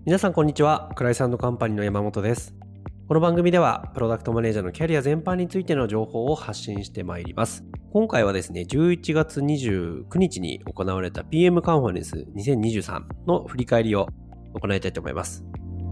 皆さんこんにちは。クライス&カンパニーの山本です。この番組ではプロダクトマネージャーのキャリア全般についての情報を発信してまいります。今回はですね、11月29日に行われた PM カンファレンス2023の振り返りを行いたいと思います。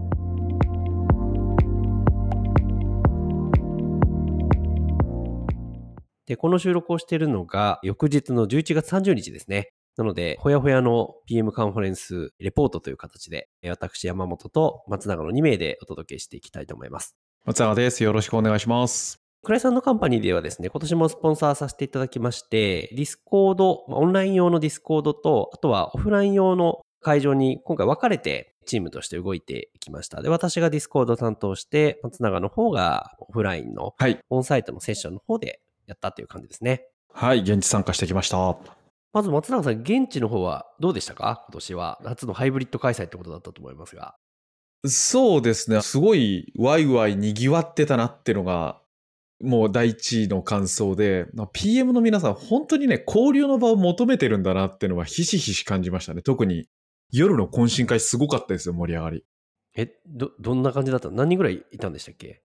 で、この収録をしているのが翌日の11月30日ですね。なので、ほやほやの PM カンファレンスレポートという形で、私山本と松永の2名でお届けしていきたいと思います。 松永です。よろしくお願いします。 クライス&カンパニーではですね、今年もスポンサーさせていただきまして、ディスコード、オンライン用のディスコードと、あとはオフライン用の会場に今回分かれてチームとして動いてきました。で、私がディスコード担当して、松永の方がオフラインのオンサイトのセッションの方でやったという感じですね。 はい、現地参加してきました。 まず松永さん、現地の方はどうでしたか？今年は初のハイブリッド開催ってことだったと思いますが。 そうですね。すごいワイワイ賑わってたなっていうのが、もう第一の感想で、PM の皆さん本当にね、交流の場を求めてるんだなっていうのはひしひし感じましたね。特に夜の懇親会すごかったですよ、盛り上がり。 どんな感じだったの？何人ぐらいいたんでしたっけ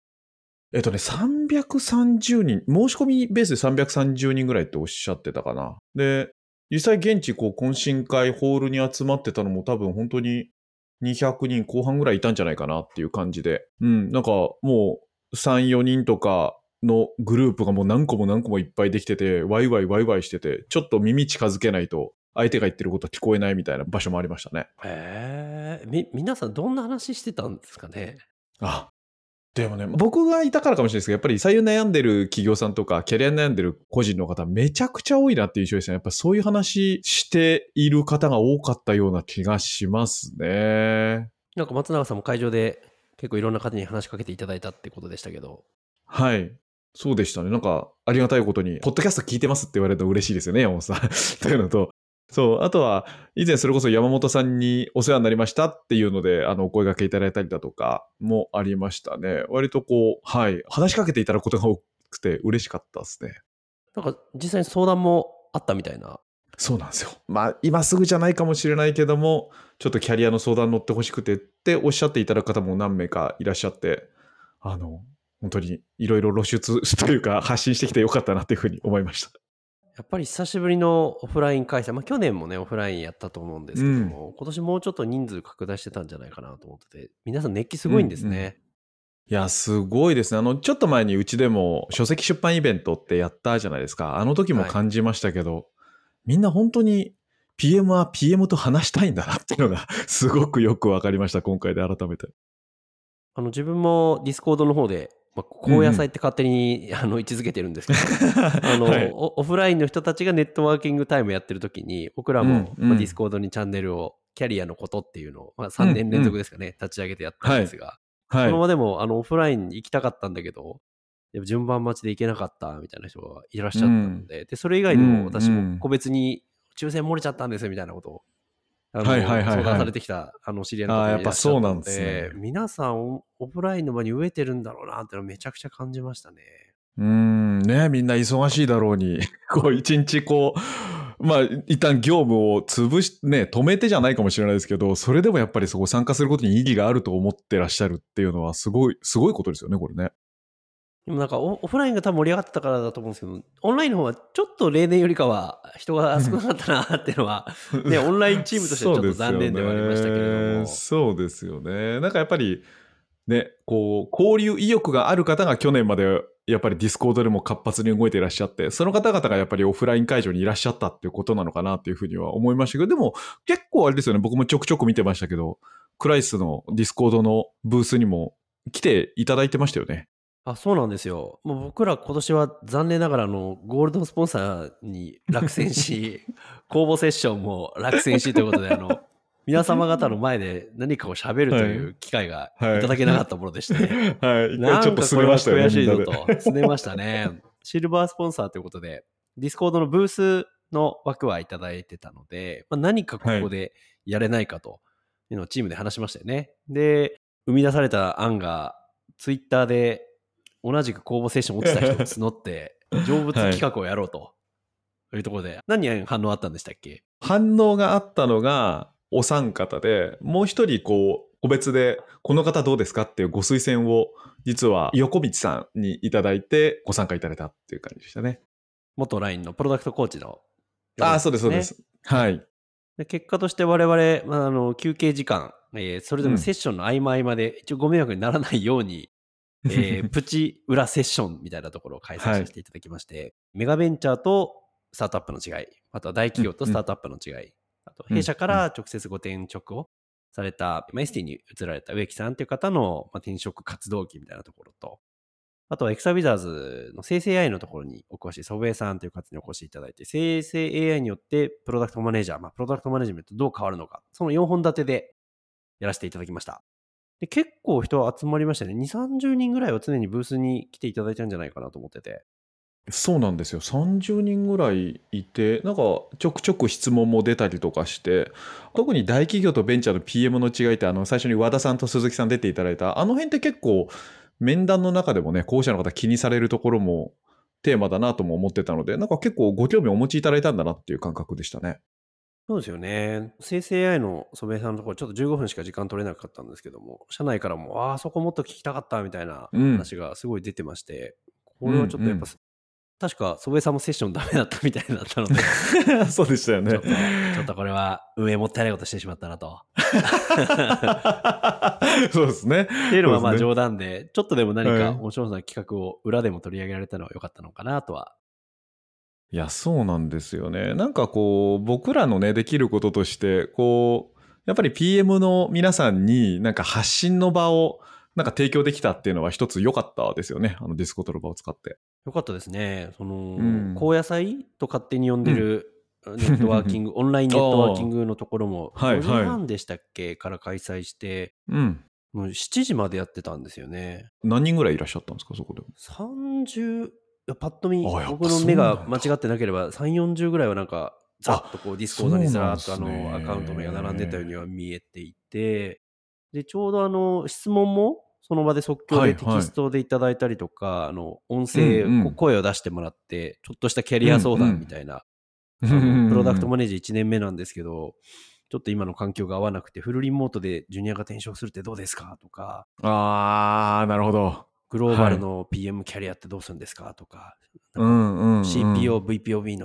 330人、申し込みベースで330人ぐらいっておっしゃってたかな。で、実際現地懇親会ホールに集まってたのも多分本当に200人後半ぐらいいたんじゃないかなっていう感じで。なんかもう3、4人とかのグループがもう何個も何個もいっぱいできてて、ワイワイワイワイしてて、ちょっと耳近づけないと相手が言ってること聞こえないみたいな場所もありましたね。 皆さんどんな話してたんですかね？ でもね、僕がいたからかもしれないですけど、やっぱり採用悩んでる企業さんとか、キャリア悩んでる個人の方、めちゃくちゃ多いなっていう印象ですね。やっぱそういう話している方が多かったような気がしますね。 なんか松永さんも会場で結構いろんな方に話しかけていただいたってことでしたけど。 はい。そうでしたね。なんか、ありがたいことに、ポッドキャスト聞いてますって言われると嬉しいですよね、山本さん。というのと、そう、あとは、以前それこそ山本さんにお世話になりましたっていうので、お声掛けいただいたりだとかもありましたね。割とはい、話しかけていただくことが多くて嬉しかったですね。 なんか実際に相談もあったみたいな。 そうなんですよ。今すぐじゃないかもしれないけども、ちょっとキャリアの相談乗ってほしくてっておっしゃっていただく方も何名かいらっしゃって、本当にいろいろ露出というか発信してきてよかったなっていうふうに思いました。 やっぱり久しぶりのオフライン開催、去年もねオフラインやったと思うんですけども、今年もうちょっと人数拡大してたんじゃないかなと思ってて、皆さん熱気すごいんですね。 いや、すごいですね。ちょっと前にうちでも書籍出版イベントってやったじゃないですか。あの時も感じましたけど、みんな本当に PM は PM と話したいんだなっていうのがすごくよくわかりました。今回で改めて。 自分もディスコードの方で、高野菜って勝手に位置づけてるんですけど、 はい、 オフラインの人たちがネットワーキングタイムやってる時に、僕らも、ディスコードにチャンネルをキャリアのことっていうのを、3年連続ですかね、立ち上げてやったんですが、 はい。 そのままでもオフラインに行きたかったんだけど、でも順番待ちで行けなかったみたいな人がいらっしゃったので、でそれ以外にも私も個別に抽選漏れちゃったんですみたいなことを相談されてきた知り合いの方もいらっしゃったので、皆さんオフラインの場に飢えてるんだろうなってのはめちゃくちゃ感じましたね。 ね、みんな忙しいだろうに、一日一旦業務を止めてじゃないかもしれないですけど、それでもやっぱりそこ参加することに意義があると思ってらっしゃるっていうのはすごいことですよね、これね。 でもなんかオフラインが多分盛り上がってたからだと思うんですけど、オンラインの方はちょっと例年よりかは人が少なかったなっていうのは、ね、オンラインチームとしてはちょっと残念ではありましたけれども。 そうですよね。なんかやっぱり、ね、交流意欲がある方が去年までやっぱりディスコードでも活発に動いていらっしゃって、その方々がやっぱりオフライン会場にいらっしゃったっていうことなのかなっていうふうには思いましたけど、でも結構あれですよね、僕もちょくちょく見てましたけど、クライスのディスコードのブースにも来ていただいてましたよね。 そうなんですよ。もう僕ら今年は残念ながらゴールドスポンサーに落選し、公募セッションも落選しということで、皆様方の前で何かを喋るという機会がいただけなかったものでして、 はい。一回ちょっとなんかこれは拗ねましたよね、 悔しいぞみんなで。 と、拗ねましたね。シルバースポンサーということで、ディスコードのブースの枠はいただいてたので、何かここでやれないかというのをチームで話しましたよね。で、生み出された案が、ツイッターで同じく公募セッション落ちた人を募って、成仏企画をやろうというところで、何に反応あったんでしたっけ？ 反応があったのがお三方で、もう一人個別で、この方どうですかっていうご推薦を、実は横道さんにいただいてご参加いただいたっていう感じでしたね。 元 LINE のプロダクトコーチのああ、 横道そうです、 さんですね。 そうです。はい。 で結果として我々、休憩時間、それぞれのセッションの合間合間で、一応ご迷惑にならないように、プチ裏セッションみたいなところを開催させていただきまして、メガベンチャーとスタートアップの違い、あとは大企業とスタートアップの違い、あと弊社から直接ご転職をされた、ST に移られた植木さんという方の、転職活動期みたいなところと、あとはエクサウィザーズの生成 AI のところにお詳しい祖父江さんという方にお越しいただいて、生成 AI によってプロダクトマネージャー、プロダクトマネジメントどう変わるのか、その4本立てでやらせていただきました。で結構人集まりましたね。2、30人ぐらいは常にブースに来ていただいたんじゃないかなと思ってて。 そうなんですよ。30人ぐらいいて、なんかちょくちょく質問も出たりとかして、特に大企業とベンチャーの PM の違いって、最初に和田さんと鈴木さん出ていただいた、あの辺って結構面談の中でもね、候補者の方気にされるところもテーマだなとも思ってたので、なんか結構ご興味お持ちいただいたんだなっていう感覚でしたね。 そうですよね。生成 AI の祖父江さんのところ、ちょっと15分しか時間取れなかったんですけども、社内からも、そこもっと聞きたかったみたいなうん。 話がすごい出てまして、こうんれはちょっとやっぱ、 うん。 確か祖父江さんもセッションダメだったみたいだったので、 そうでしたよね。 ちょっとこれは運営もったいないことしてしまったなと。 そうですね。 っていうのはそうですね。 冗談で、ちょっとでも何はい。 か面白そうな企画を裏でも取り上げられたのは良かったのかなとは。 いや、そうなんですよね。なんかこう、僕らのね、できることとして、やっぱり PM の皆さんになんか発信の場をなんか提供できたっていうのは一つ良かったですよね。ディスコードの場を使って。 良かったですね。 うん。 高野菜と勝手に呼んうん。 でるネットワーキング、オンラインネットワーキンあグのところもあ、はい 4 はい。 時半でしたっけから開催して、 うん。 もう7時までやってたんですよね。 何人ぐらいいらっしゃったんですか、そこでも。 30、パッと見、 ああ、やっぱ僕の目そうなんだ。 が間違ってなければ3、40ぐらいはなんか、ざっとこうディスコードにそうずなんですらっとアカウント名が並んでたようにね。 は見えていて、で、ちょうど質問もその場で即興でテキはいはい。 ストでいただいたりとか、音うん声、 うん。 声を出してもらって、ちょっとしたキャうリア相んうん。 談みたいな、 うんうんプロダクうん。 トマネージャー1年目なんですけど、ちょっと今の環境が合わなくて、フルリモートでジュニアが転職するってどうですかとか、 ああ、なるほど。 グローバはい。 ルの PM キャリアってどうするんですかとか、なんかうんうんう CPO、 ん。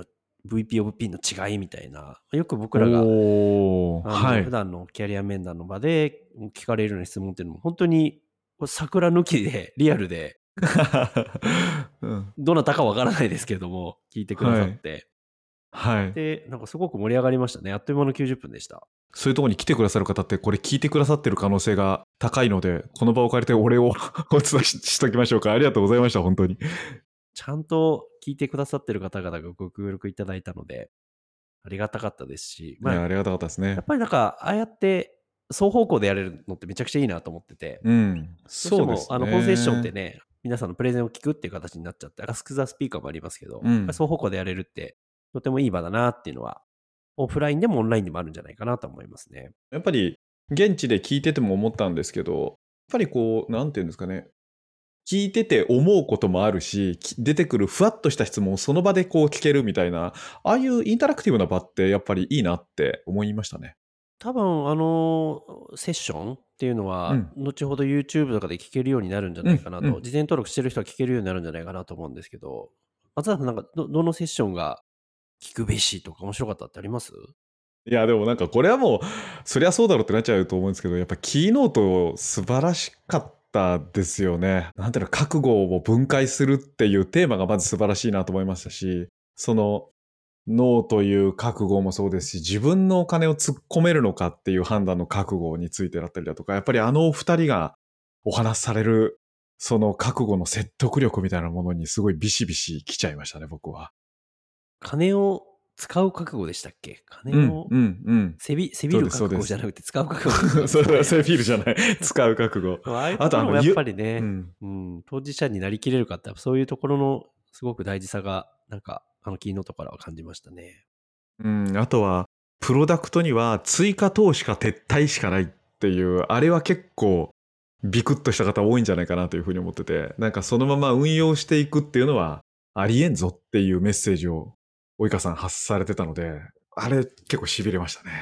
VPOP の違いみたいな、よく僕らがおー、はい。 普段のキャリア面談の場で聞かれるような質問っていうのも本当に桜抜きでリアルで、 うん、 どなたかわからないですけれども、聞いてくださはい。 って、 はい。 で、なんかすごく盛り上がりましたね。あっという間の90分でした。 そういうところに来てくださる方ってこれ聞いてくださってる可能性が高いので、この場を借りてお礼をお伝えしときましょうか。ありがとうございました、本当に。 ちゃんと聞いてくださってる方々がご協力いただいたので、ありがたかったですし、 いや、ありがたかったですね。 やっぱりなんか、ああやって双方向でやれるのってめちゃくちゃいいなと思ってて、 うん。 どうしても、 そうです本セッションってね。 ね、皆さんのプレゼンを聞くっていう形になっちゃって、アスクザスピーカーもありますけど、やっうん。 ぱり双方向でやれるって、とてもいい場だなっていうのは、オフラインでもオンラインでもあるんじゃないかなと思いますね。 やっぱり、現地で聞いてても思ったんですけど、やっぱりなんていうんですかね。聞いてて思うこともあるし、出てくるふわっとした質問をその場で聞けるみたいな、ああいうインタラクティブな場ってやっぱりいいなって思いましたね。 多分、セッションっていうのは、 うん。 後ほど YouTube とかで聞けるようになるんじゃうん、 ないかなと、 うん。 事前登録してる人は聞けるようになるんじゃないかなと思うんですけど、松田さんなんか、どのセッションが聞くべしとか面白かったってあります？ いや、でもなんかこれはもう、そりゃそうだろうってなっちゃうと思うんですけど、やっぱキーノート素晴らしかったですよね。なんていうの、覚悟を分解するっていうテーマがまず素晴らしいなと思いましたし、その、ノーという覚悟もそうですし、自分のお金を突っ込めるのかっていう判断の覚悟についてだったりだとか、やっぱりお二人がお話しされる、その覚悟の説得力みたいなものにすごいビシビシ来ちゃいましたね、僕は。 金を使う覚悟でしたっけ？ うん、 金をうん、うん。 せびそうです、そうる覚です。 悟じゃなくて使う覚悟ですよそね。 れはセーフィールじゃない。使う覚悟。 ああいうあとところもやっぱりね、 うん。 当事者になりきれるかって、そういうところのすごく大事さが、なんか、キーノートからは感じましたね。 うん、あとは、プロダクトには追加投資か撤退しかないっていう、あれは結構ビクッとした方多いんじゃないかなというふうに思ってて、なんかそのまま運用していくっていうのはありえんぞっていうメッセージを及川さん発されてたので、あれ結構痺れましたね。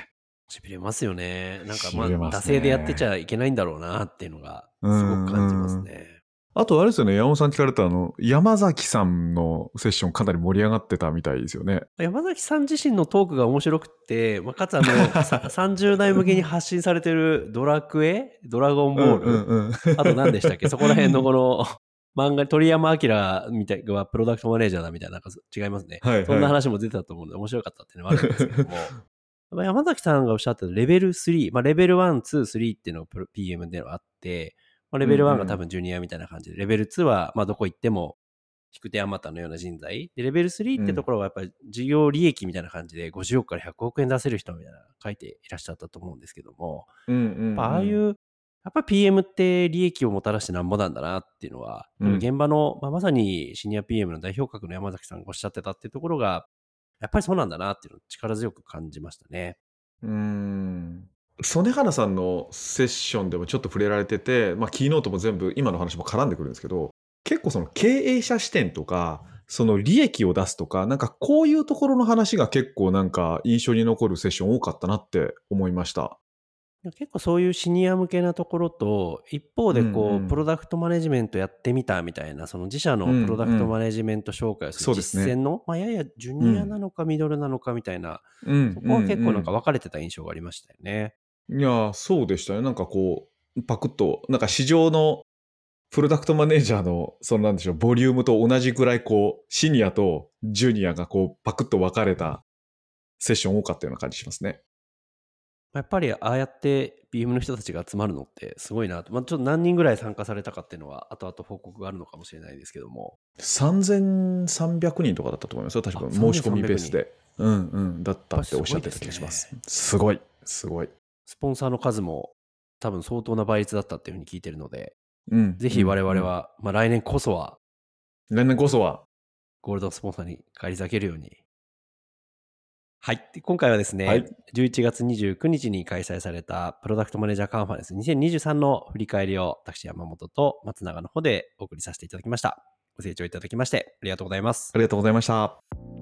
痺れますよね。なんか痺れますね惰性でやってちゃいけないんだろうなっていうのが、すごく感じますね。 あとあれですよね、山本さん聞かれた山崎さんのセッションかなり盛り上がってたみたいですよね。 山崎さん自身のトークが面白くて、かつ30代向けに発信されてるドラゴンボール、あと何でしたっけそこら辺のこの漫画、鳥山明みたいなプロダクトマネージャーだみたいな、違いますね。 はいそんな話も出てたと思うんで面白かったっていうのはあるんですけども。山崎さんがおっしゃってたレベル3、レベル1、2、3っていうのが PM ではあって、レベル1が多分ジュニアみたいな感じで、レベル2はどこ行っても引く手あまたのような人材で、レベル3ってところはやっぱり事業利益みたいな感じで50億から100億円出せる人みたいな書いていらっしゃったと思うんですけども、ああいうやっぱり PM って利益をもたらしてなんぼなんだなっていうのは、現場の、まさにシニア PM の代表格の山崎さんがおっしゃってたっていうところがやっぱりそうなんだなっていうのを力強く感じましたね。 曽根原さんのセッションでもちょっと触れられてて、キーノートも全部今の話も絡んでくるんですけど、結構その経営者視点とか、その利益を出すとか、なんかこういうところの話が結構なんか印象に残るセッション多かったなって思いました。 結構そういうシニア向けなところと、一方でプロダクトマネジメントやってみたみたいな、その自社のプロダクトマネジメント紹介をする実践の、ややジュニアなのかミドルなのかみたいな、そこは結構なんか分かれてた印象がありましたよね。 いや、そうでしたね。なんかパクッと、なんか市場のプロダクトマネージャーの、なんでしょう、ボリュームと同じぐらいシニアとジュニアがパクッと分かれたセッション多かったような感じしますね。 やっぱりああやって BM の人たちが集まるのってすごいなと。ちょっと何人ぐらい参加されたかっていうのは後々報告があるのかもしれないですけども。 3300人とかだったと思いますよ。確か申し込みベースで。だったっておっしゃってた気がします。すごい。 スポンサーの数も多分相当な倍率だったっていうふうに聞いてるので、ぜひ我々は、来年こそはゴールドスポンサーに返り咲けるように。はい。今回はですね、11月29日に開催されたプロダクトマネージャーカンファレンス2023の振り返りを私山本と松永の方でお送りさせていただきました。ご清聴いただきましてありがとうございます。 ありがとうございました。